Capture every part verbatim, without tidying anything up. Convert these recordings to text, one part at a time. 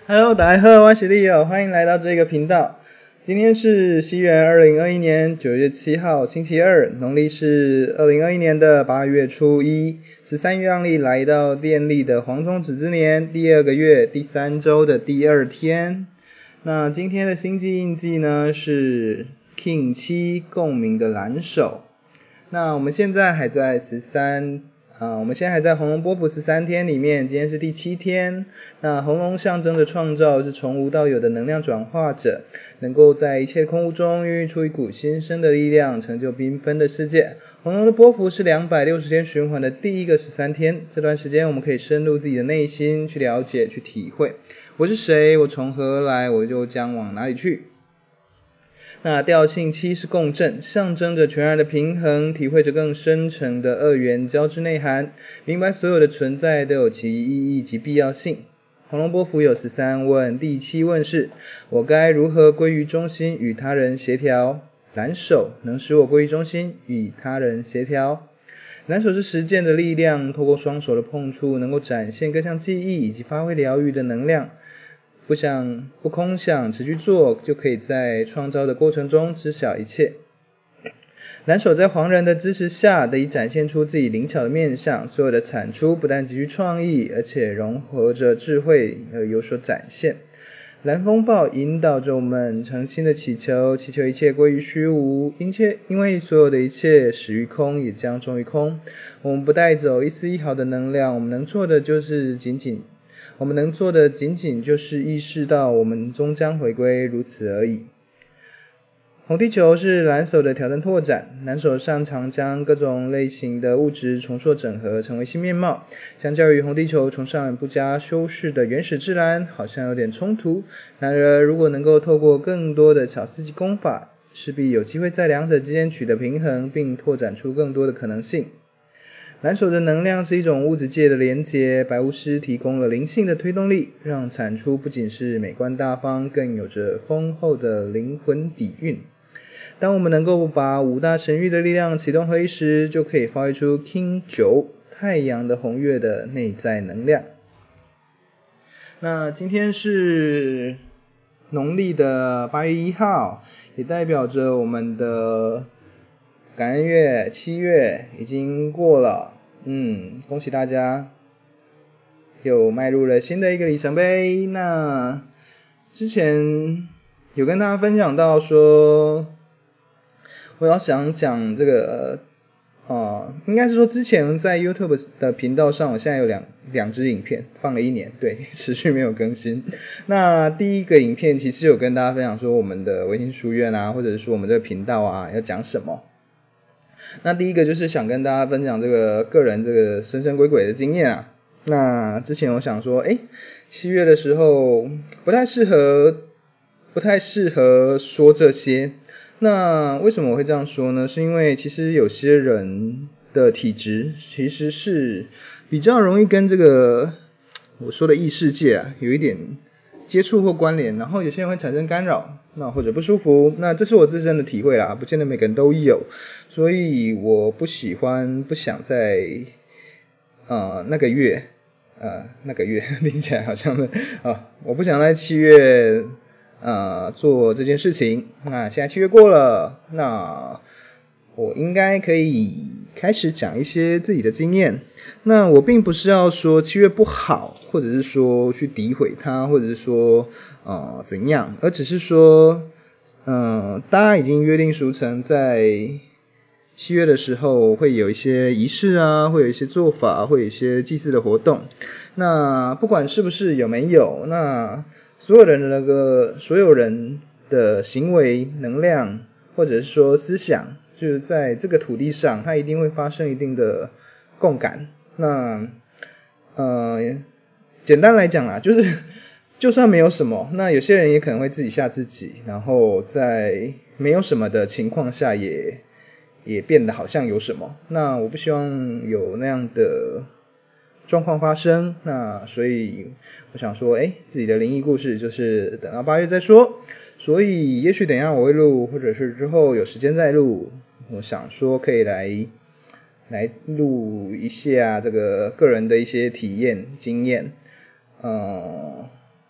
Hello， 大家好，我是利友，欢迎来到这个频道。今天是西元二零二一年九月七号，星期二，农历是二零二一年的八月初一，十三月亮历来到电力的黄种子之年第二个月第三周的第二天。那今天的星际印记呢是 King 七共鸣的蓝手。那我们现在还在十三。啊，我们现在还在红龙波符十三天里面，今天是第七天。那红龙象征的创造是从无到有的能量转化者，能够在一切空无中孕育出一股新生的力量，成就缤纷的世界。红龙的波符是两百六十天循环的第一个十三天，这段时间我们可以深入自己的内心，去了解，去体会我是谁，我从何而来，我就将往哪里去。那调性七是共振，象征着全然的平衡，体会着更深层的二元交织内涵，明白所有的存在都有其意义及必要性。红龙波符有十三问，第七问是：我该如何归于中心，与他人协调？蓝手能使我归于中心，与他人协调。蓝手是实践的力量，透过双手的碰触，能够展现各项记忆以及发挥疗愈的能量。不想不空想，持续做，就可以在创造的过程中知晓一切。蓝手在黄人的支持下，得以展现出自己灵巧的面向，所有的产出不但极具创意，而且融合着智慧而有所展现。蓝风暴引导着我们诚心的祈求，祈求一切归于虚无，因切因为所有的一切始于空，也将终于空。我们不带走一丝一毫的能量，我们能做的就是仅仅我们能做的仅仅就是意识到我们终将回归，如此而已。红地球是蓝手的挑战拓展，蓝手擅长将各种类型的物质重塑整合成为新面貌，相较于红地球崇尚不加修饰的原始自然，好像有点冲突。然而如果能够透过更多的巧思及功法，势必有机会在两者之间取得平衡，并拓展出更多的可能性。蓝手的能量是一种物质界的连结，白巫师提供了灵性的推动力，让产出不仅是美观大方，更有着丰厚的灵魂底蕴。当我们能够把五大神域的力量启动合一时，就可以发挥出 King 九 太阳的红月的内在能量。那今天是农历的八月一号，也代表着我们的感恩月七月已经过了，嗯，恭喜大家又迈入了新的一个里程碑。那之前有跟大家分享到说，我要想讲这个呃，应该是说之前在 YouTube 的频道上，我现在有两两支影片放了一年，对，持续没有更新。那第一个影片其实有跟大家分享说我们的微信书院啊，或者是说我们这个频道啊要讲什么。那第一个就是想跟大家分享这个个人这个神神鬼鬼的经验啊。那之前我想说，诶，七月的时候不太适合，不太适合说这些。那为什么我会这样说呢？是因为其实有些人的体质其实是比较容易跟这个我说的异世界啊有一点接触或关联，然后有些人会产生干扰，那或者不舒服，那这是我自身的体会啦，不见得每个人都有，所以我不喜欢，不想在呃那个月，呃那个月听起来好像是啊，我不想在七月呃做这件事情。那现在七月过了，那我应该可以开始讲一些自己的经验。那我并不是要说七月不好，或者是说去诋毁它，或者是说呃怎样，而只是说呃大家已经约定俗成，在七月的时候会有一些仪式啊，会有一些做法，会有一些祭祀的活动。那不管是不是有没有，那所有人的那个所有人的行为能量，或者是说思想，就是在这个土地上，它一定会发生一定的共感。那呃，简单来讲啦，就是就算没有什么，那有些人也可能会自己吓自己，然后在没有什么的情况下也也变得好像有什么。那我不希望有那样的状况发生，那所以我想说，哎，自己的灵异故事就是等到八月再说。所以也许等一下我会录，或者是之后有时间再录。我想说可以来来录一下这个个人的一些体验经验，呃，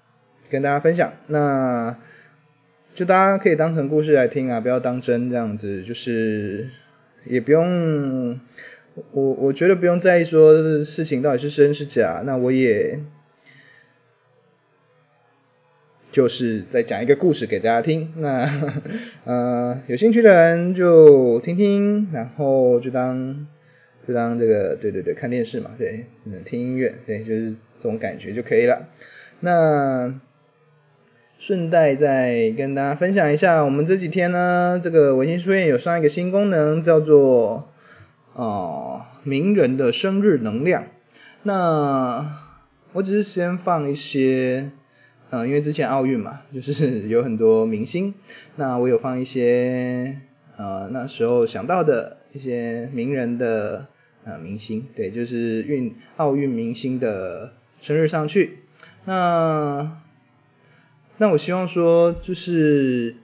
跟大家分享。那就大家可以当成故事来听啊，不要当真这样子，就是也不用我我觉得不用在意说事情到底是真是假，那我也就是再讲一个故事给大家听。那呃有兴趣的人就听听，然后就当就当这个对对对看电视嘛，对，听音乐，对，就是这种感觉就可以了。那顺带再跟大家分享一下，我们这几天呢，这个微信书院有上一个新功能，叫做哦名人的生日能量。那我只是先放一些，呃，因为之前奥运嘛，就是有很多明星，那我有放一些呃那时候想到的一些名人的呃明星，对，就是运奥运明星的生日上去。那那我希望说，就是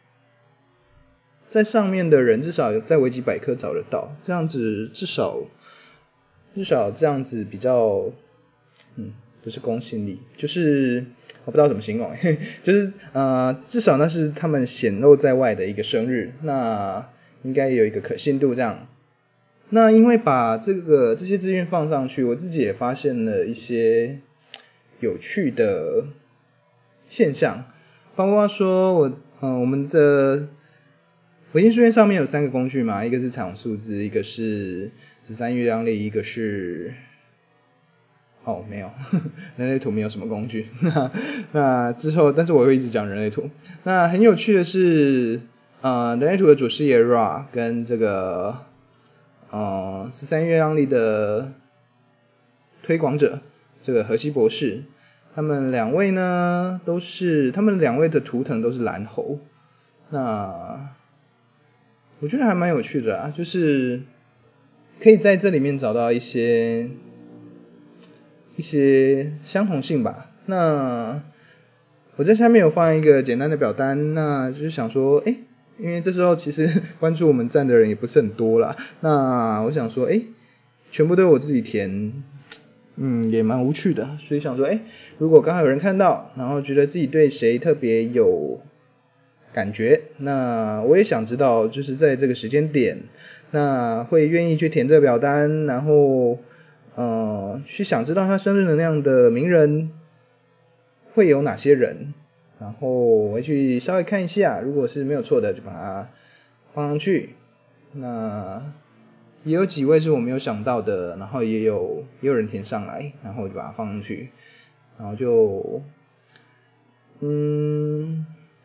在上面的人至少在维基百科找得到，这样子至少至少这样子比较，嗯，不是公信力，就是我不知道怎么形容，就是呃，至少那是他们显露在外的一个生日，那应该有一个可信度这样。那因为把这个这些资讯放上去，我自己也发现了一些有趣的现象，包括说我，呃，我们的微信书院上面有三个工具嘛，一个是彩虹数字，一个是十三月亮历，一个是哦没有人类图没有什么工具。那那之后，但是我会一直讲人类图。那很有趣的是，呃，人类图的祖师爷 Ra 跟这个呃十三月亮历的推广者这个荷西博士。他们两位呢，都是他们两位的图腾都是蓝猴，那我觉得还蛮有趣的啊，就是可以在这里面找到一些一些相同性吧。那我在下面有放一个简单的表单，那就是想说，哎，因为这时候其实关注我们站的人也不是很多啦，那我想说，哎，全部都是我自己填。嗯，也蛮无趣的，所以想说，哎，如果刚好有人看到，然后觉得自己对谁特别有感觉，那我也想知道，就是在这个时间点，那会愿意去填这个表单，然后呃，去想知道他生日能量的名人会有哪些人，然后我会去稍微看一下，如果是没有错的，就把它放上去。那也有几位是我没有想到的，然后也有也有人填上来，然后我就把它放上去，然后就嗯，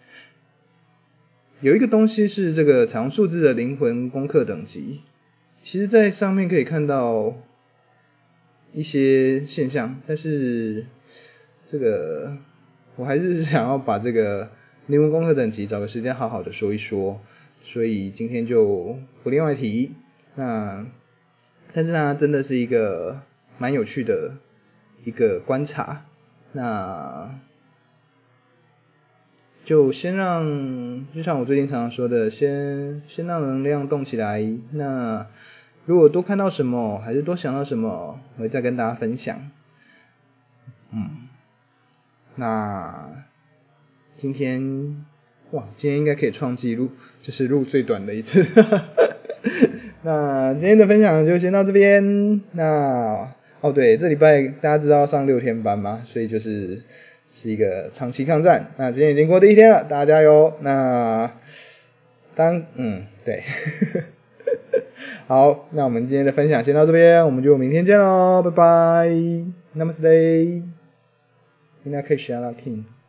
有一个东西是这个彩虹数字的灵魂功课等级，其实在上面可以看到一些现象，但是这个我还是想要把这个灵魂功课等级找个时间好好的说一说，所以今天就不另外提。那但是它真的是一个蛮有趣的一个观察，那就先让就像我最近常常说的，先先让能量动起来，那如果多看到什么还是多想到什么，我会再跟大家分享。嗯，那今天哇今天应该可以创纪录，就是录最短的一次那今天的分享就先到这边。那哦对，这礼拜大家知道上六天班嘛，所以就是是一个长期抗战。那今天已经过第一天了，大家加油。那当嗯对好，那我们今天的分享先到这边，我们就明天见咯，拜拜 Namaste Inna Kesha King